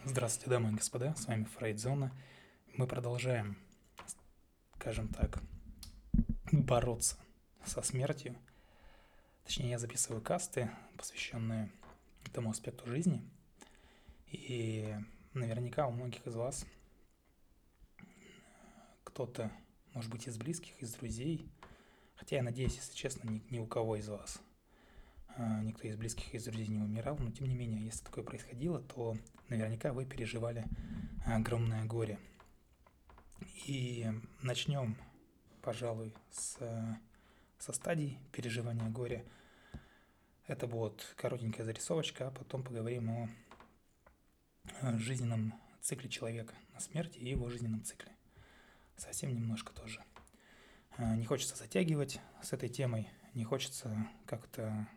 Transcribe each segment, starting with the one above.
Здравствуйте, дамы и господа, с вами Фрейдзона. Мы продолжаем, скажем так, бороться со смертью. Точнее, я записываю касты, посвященные этому аспекту жизни. И наверняка у многих из вас кто-то, может быть, из близких, из друзей, хотя я надеюсь, если честно, ни у кого из вас никто из близких, из друзей не умирал, но тем не менее, если такое происходило, то наверняка вы переживали огромное горе. И начнем, пожалуй, со стадий переживания горя. Это будет коротенькая зарисовочка, а потом поговорим о жизненном цикле человека на смерти и его жизненном цикле. Совсем немножко тоже. Не хочется затягивать с этой темой, не хочется как-то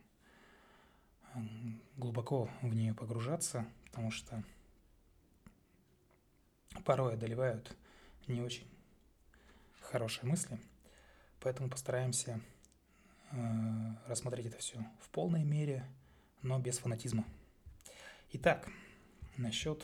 глубоко в нее погружаться, потому что порой одолевают не очень хорошие мысли, поэтому постараемся рассмотреть это все в полной мере, но без фанатизма. Итак, насчет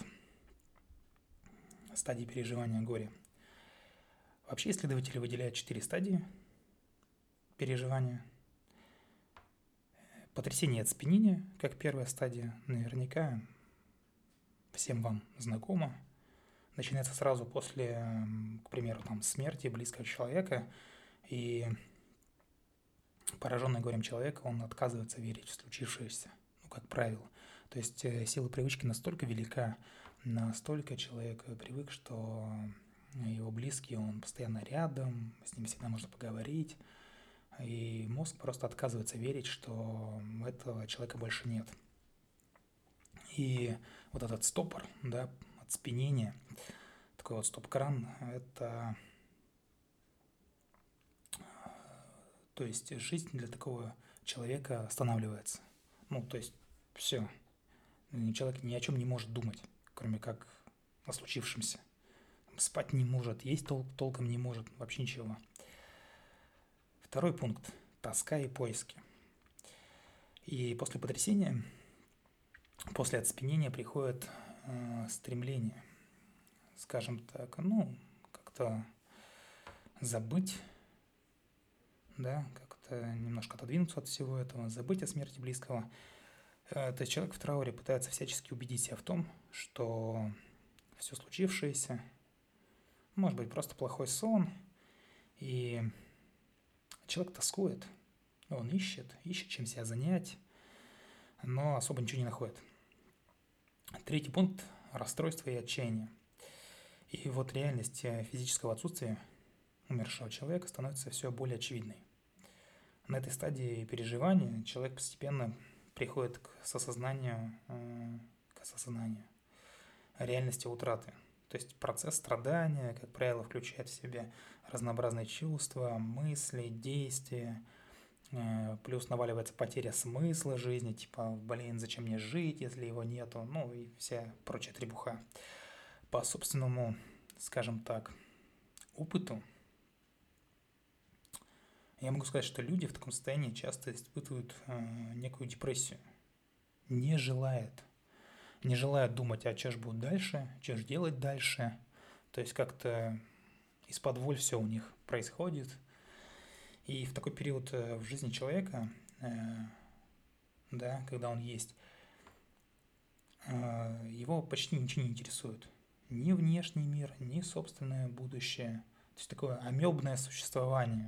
стадии переживания горя. Вообще исследователи выделяют 4 стадии переживания. Потрясение и оцепенение, как первая стадия, наверняка всем вам знакомо. Начинается сразу после, к примеру, смерти близкого человека, и пораженный горем человека, он отказывается верить в случившееся, как правило. То есть сила привычки настолько велика, настолько человек привык, что его близкий, он постоянно рядом, с ним всегда можно поговорить, и мозг просто отказывается верить, что этого человека больше нет. И вот этот стопор, да, оцепенение, такой вот стоп-кран, это, то есть жизнь для такого человека останавливается. То есть все, человек ни о чем не может думать, кроме как о случившемся. Спать не может, есть толком не может, вообще ничего. Второй пункт – тоска и поиски. И после потрясения, после оцепенения приходит стремление, скажем так, как-то забыть, да, как-то немножко отодвинуться от всего этого, забыть о смерти близкого. То есть человек в трауре пытается всячески убедить себя в том, что все случившееся, может быть, просто плохой сон, и человек тоскует, он ищет, чем себя занять, но особо ничего не находит. Третий пункт – расстройство и отчаяние. И вот реальность физического отсутствия умершего человека становится все более очевидной. На этой стадии переживания человек постепенно приходит к осознанию реальности утраты. То есть процесс страдания, как правило, включает в себя разнообразные чувства, мысли, действия, плюс наваливается потеря смысла жизни, типа, зачем мне жить, если его нету, и вся прочая требуха. По собственному, скажем так, опыту, я могу сказать, что люди в таком состоянии часто испытывают некую депрессию, не желают думать, а что же будет дальше, что же делать дальше. То есть как-то из-под все у них происходит. И в такой период в жизни человека, да, когда он есть, его почти ничего не интересует. Ни внешний мир, ни собственное будущее. То есть такое амебное существование.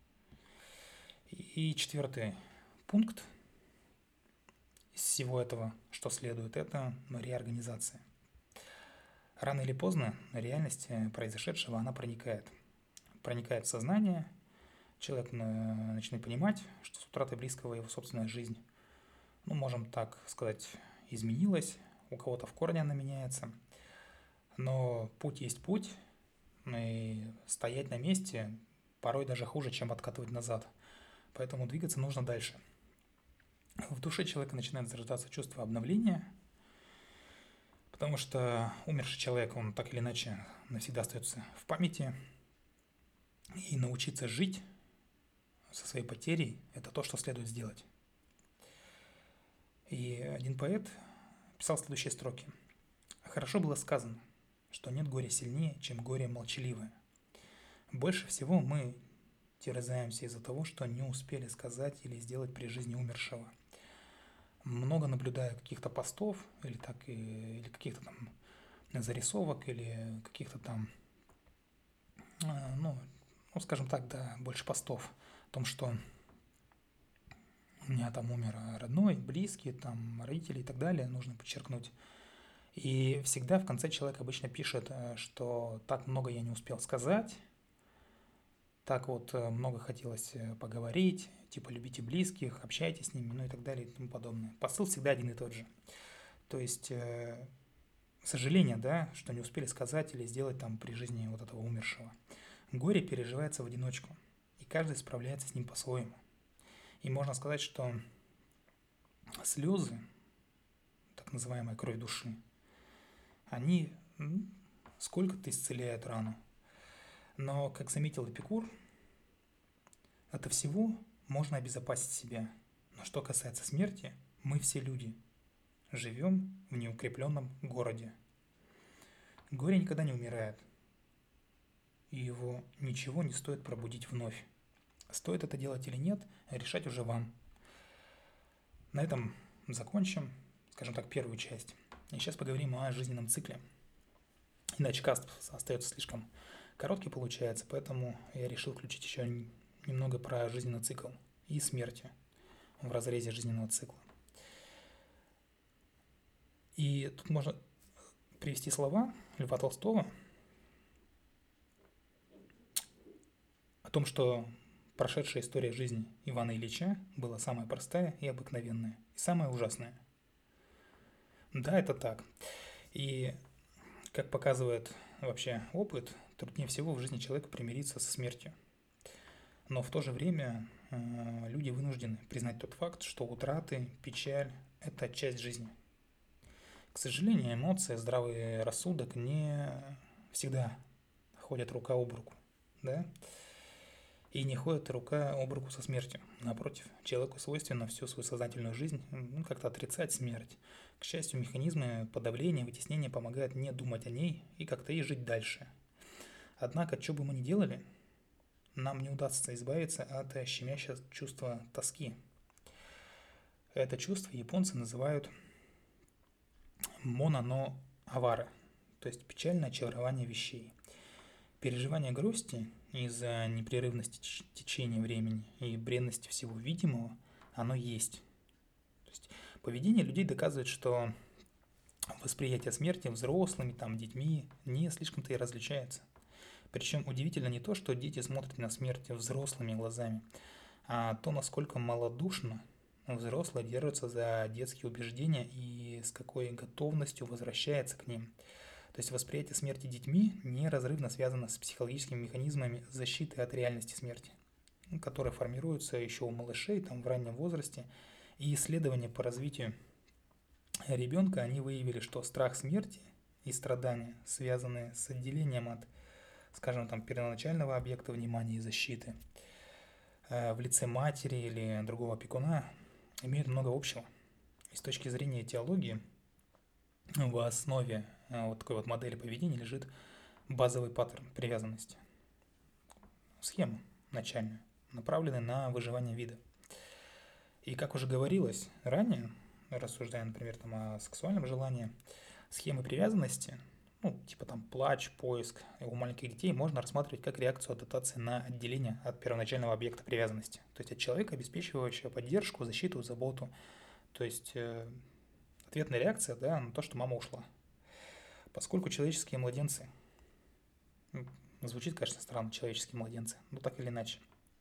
И четвертый пункт из всего этого, что следует, это реорганизация. Рано или поздно реальность произошедшего, она проникает в сознание, человек начинает понимать, что с утратой близкого его собственная жизнь, можем так сказать, изменилась, у кого-то в корне она меняется, но путь есть путь, и стоять на месте порой даже хуже, чем откатывать назад, поэтому двигаться нужно дальше. В душе человека начинает зарождаться чувство обновления, потому что умерший человек, он так или иначе навсегда остается в памяти, и научиться жить со своей потерей – это то, что следует сделать. И один поэт писал следующие строки. Хорошо было сказано, что нет горя сильнее, чем горе молчаливое. Больше всего мы терзаемся из-за того, что не успели сказать или сделать при жизни умершего. Много наблюдаю каких-то постов или каких-то там зарисовок или каких-то там, скажем так, да, больше постов о том, что у меня там умер родной, близкий, там родители и так далее, нужно подчеркнуть. И всегда в конце человек обычно пишет, что так много я не успел сказать, так вот много хотелось поговорить, типа любите близких, общайтесь с ними, ну и так далее и тому подобное. Посыл всегда один и тот же. То есть сожаление, да, что не успели сказать или сделать там при жизни вот этого умершего. Горе переживается в одиночку, и каждый справляется с ним по-своему. И можно сказать, что слезы, так называемая кровь души, они сколько-то исцеляют рану. Но, как заметил Эпикур, от всего можно обезопасить себя. Но что касается смерти, мы все люди, живем в неукрепленном городе. Горе никогда не умирает, и его ничего не стоит пробудить вновь. Стоит это делать или нет, решать уже вам. На этом закончим, скажем так, первую часть. И сейчас поговорим о жизненном цикле. Иначе каст остается слишком короткий получается, поэтому я решил включить еще немного про жизненный цикл и смерти в разрезе жизненного цикла. И тут можно привести слова Льва Толстого о том, что прошедшая история жизни Ивана Ильича была самая простая и обыкновенная, и самая ужасная. Да, это так. И как показывает вообще опыт, труднее всего в жизни человека примириться со смертью. Но в то же время люди вынуждены признать тот факт, что утраты, печаль – это часть жизни. К сожалению, эмоции, здравый рассудок не всегда ходят рука об руку, да? И не ходит рука об руку со смертью. Напротив, человеку свойственно всю свою сознательную жизнь как-то отрицать смерть. К счастью, механизмы подавления, вытеснения помогают не думать о ней и как-то и жить дальше. Однако, что бы мы ни делали, нам не удастся избавиться от щемящего чувства тоски. Это чувство японцы называют моно но авара, то есть печальное очарование вещей. Переживание грусти из-за непрерывности течения времени и бренности всего видимого, оно есть. То есть поведение людей доказывает, что восприятие смерти взрослыми, детьми не слишком-то и различается. Причем удивительно не то, что дети смотрят на смерть взрослыми глазами, а то, насколько малодушно взрослые держатся за детские убеждения и с какой готовностью возвращается к ним. То есть восприятие смерти детьми неразрывно связано с психологическими механизмами защиты от реальности смерти, которые формируются еще у малышей в раннем возрасте. И исследования по развитию ребенка, они выявили, что страх смерти и страдания связаны с отделением от, скажем, первоначального объекта внимания и защиты в лице матери или другого опекуна, имеют много общего. И с точки зрения теологии, в основе вот такой вот модели поведения лежит базовый паттерн привязанности. Схема начальная, направленная на выживание вида. И как уже говорилось ранее, рассуждая, например, о сексуальном желании, схемы привязанности, плач, поиск у маленьких детей можно рассматривать как реакцию адаптации на отделение от первоначального объекта привязанности, то есть от человека, обеспечивающего поддержку, защиту, заботу. То есть ответная реакция на то, что мама ушла. Поскольку человеческие младенцы, звучит, конечно, странно, человеческие младенцы, но так или иначе.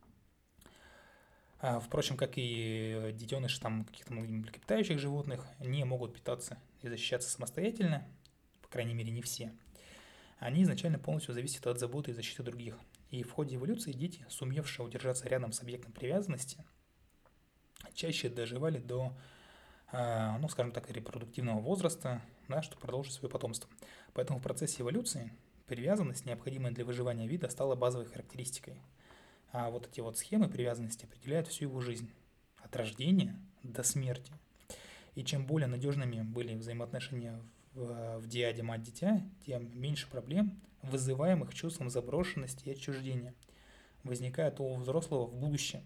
Впрочем, как и детеныши каких-то млекопитающих животных, не могут питаться и защищаться самостоятельно, по крайней мере, не все. Они изначально полностью зависят от заботы и защиты других. И в ходе эволюции дети, сумевшие удержаться рядом с объектом привязанности, чаще доживали до, репродуктивного возраста, чтобы продолжить свое потомство. Поэтому в процессе эволюции привязанность, необходимая для выживания вида, стала базовой характеристикой. А вот эти вот схемы привязанности определяют всю его жизнь, от рождения до смерти. И чем более надежными были взаимоотношения в диаде мать-дитя, тем меньше проблем, вызываемых чувством заброшенности и отчуждения, возникает у взрослого в будущем.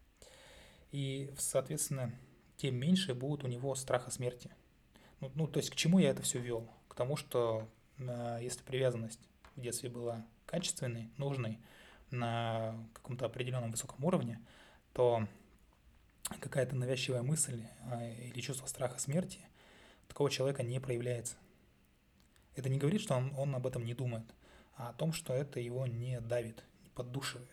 И, соответственно, тем меньше будет у него страха смерти. То есть к чему я это все вел? К тому, что если привязанность в детстве была качественной, нужной, на каком-то определенном высоком уровне, то какая-то навязчивая мысль или чувство страха смерти такого человека не проявляется. Это не говорит, что он об этом не думает, а о том, что это его не давит, не поддушивает.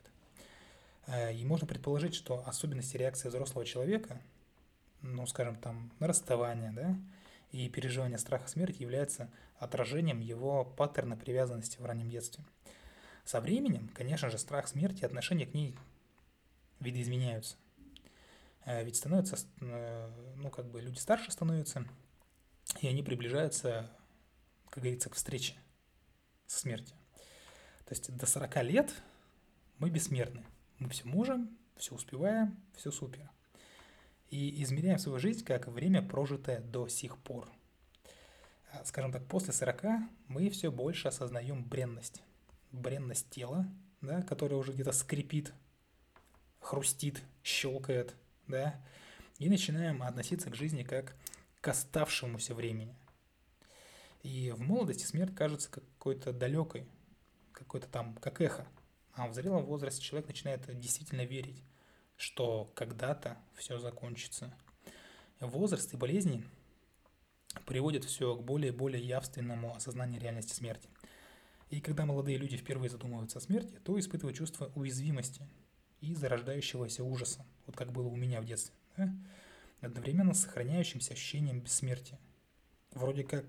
И можно предположить, что особенности реакции взрослого человека, скажем, там, на расставание, да, и переживание страха смерти является отражением его паттерна привязанности в раннем детстве. Со временем, конечно же, страх смерти и отношение к ней видоизменяются. Ведь становятся, люди старше становятся, и они приближаются, как говорится, к встрече со смертью. То есть до 40 лет мы бессмертны. Мы все можем, все успеваем, все супер. И измеряем свою жизнь как время, прожитое до сих пор. Скажем так, после 40 мы все больше осознаем бренность. Бренность тела, да, которое уже где-то скрипит, хрустит, щелкает, да, и начинаем относиться к жизни как к оставшемуся времени. И в молодости смерть кажется какой-то далекой, какой-то там, как эхо. А в зрелом возрасте человек начинает действительно верить, что когда-то все закончится. Возраст и болезни приводят все к более и более явственному осознанию реальности смерти. И когда молодые люди впервые задумываются о смерти, то испытывают чувство уязвимости и зарождающегося ужаса, вот как было у меня в детстве, да? Одновременно с сохраняющимся ощущением бессмертия. Вроде как,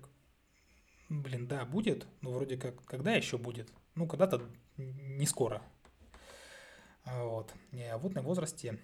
да, будет, но вроде как, когда еще будет? Когда-то не скоро. Вот. И в возрасте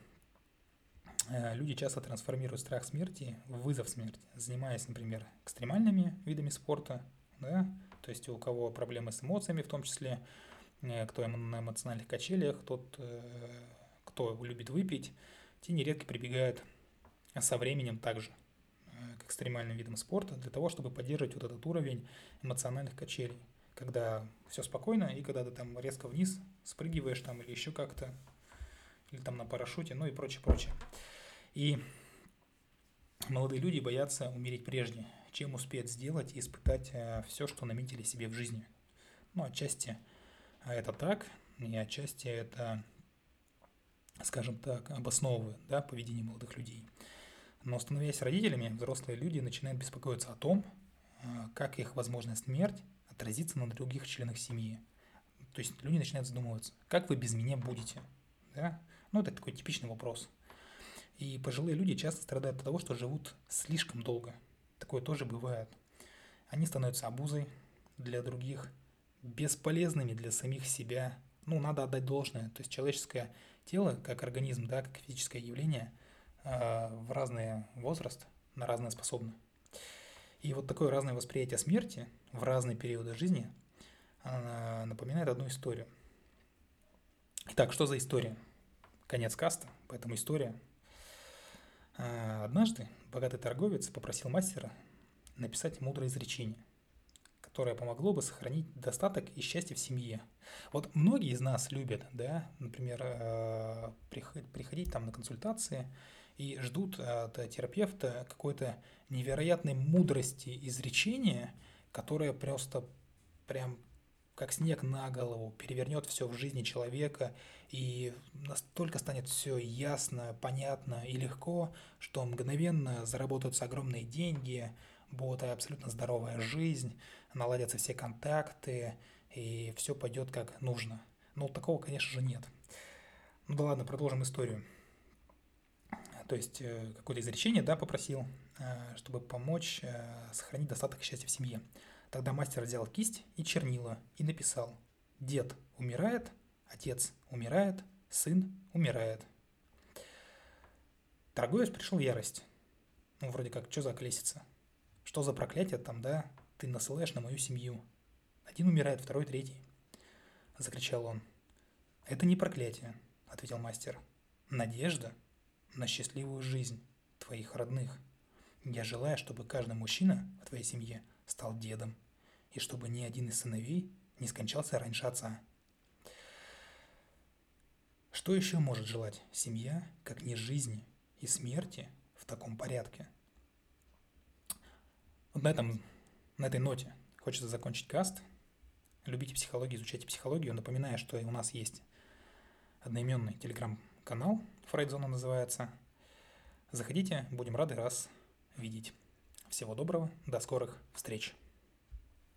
люди часто трансформируют страх смерти в вызов смерти, занимаясь, например, экстремальными видами спорта, да, то есть у кого проблемы с эмоциями в том числе, кто на эмоциональных качелях, тот, кто любит выпить, те нередко прибегают со временем также к экстремальным видам спорта для того, чтобы поддерживать вот этот уровень эмоциональных качелей, когда все спокойно и когда ты там резко вниз спрыгиваешь там или еще как-то, или там на парашюте, и прочее. И молодые люди боятся умереть прежде, чем успеют сделать и испытать все, что наметили себе в жизни. Отчасти это так, и отчасти это, скажем так, обосновывает, да, поведение молодых людей. Но становясь родителями, взрослые люди начинают беспокоиться о том, как их возможная смерть отразится на других членах семьи. То есть люди начинают задумываться, как вы без меня будете? Да? Это такой типичный вопрос. И пожилые люди часто страдают от того, что живут слишком долго. Такое тоже бывает. Они становятся обузой для других, бесполезными для самих себя. Надо отдать должное. То есть человеческое тело, как организм, да, как физическое явление, в разный возраст, на разное способны. И вот такое разное восприятие смерти в разные периоды жизни напоминает одну историю. Итак, что за история? Конец каста, поэтому история. Однажды богатый торговец попросил мастера написать мудрое изречение, которое помогло бы сохранить достаток и счастье в семье. Вот многие из нас любят, да, например, приходить там на консультации и ждут от терапевта какой-то невероятной мудрости изречения, которое просто прям как снег на голову перевернет все в жизни человека, и настолько станет все ясно, понятно и легко, что мгновенно заработаются огромные деньги, будет абсолютно здоровая жизнь, наладятся все контакты, и все пойдет как нужно. Такого, конечно же, нет. Да ладно, продолжим историю. То есть какое-то изречение, да, попросил, чтобы помочь сохранить достаток счастья в семье. Тогда мастер взял кисть и чернила и написал: «Дед умирает, отец умирает, сын умирает». Торговец пришел в ярость. Вроде как, что за колесица? Что за проклятие там, да, ты насылаешь на мою семью? Один умирает, второй, третий. Закричал он. «Это не проклятие», ответил мастер. «Надежда на счастливую жизнь твоих родных. Я желаю, чтобы каждый мужчина в твоей семье стал дедом, и чтобы ни один из сыновей не скончался раньше отца. Что еще может желать семья, как не жизни и смерти в таком порядке? Вот на этой ноте хочется закончить каст. Любите психологию, изучайте психологию. Напоминаю, что у нас есть одноименный телеграм-канал, Фрейдзона называется. Заходите, будем рады вас видеть. Всего доброго, до скорых встреч.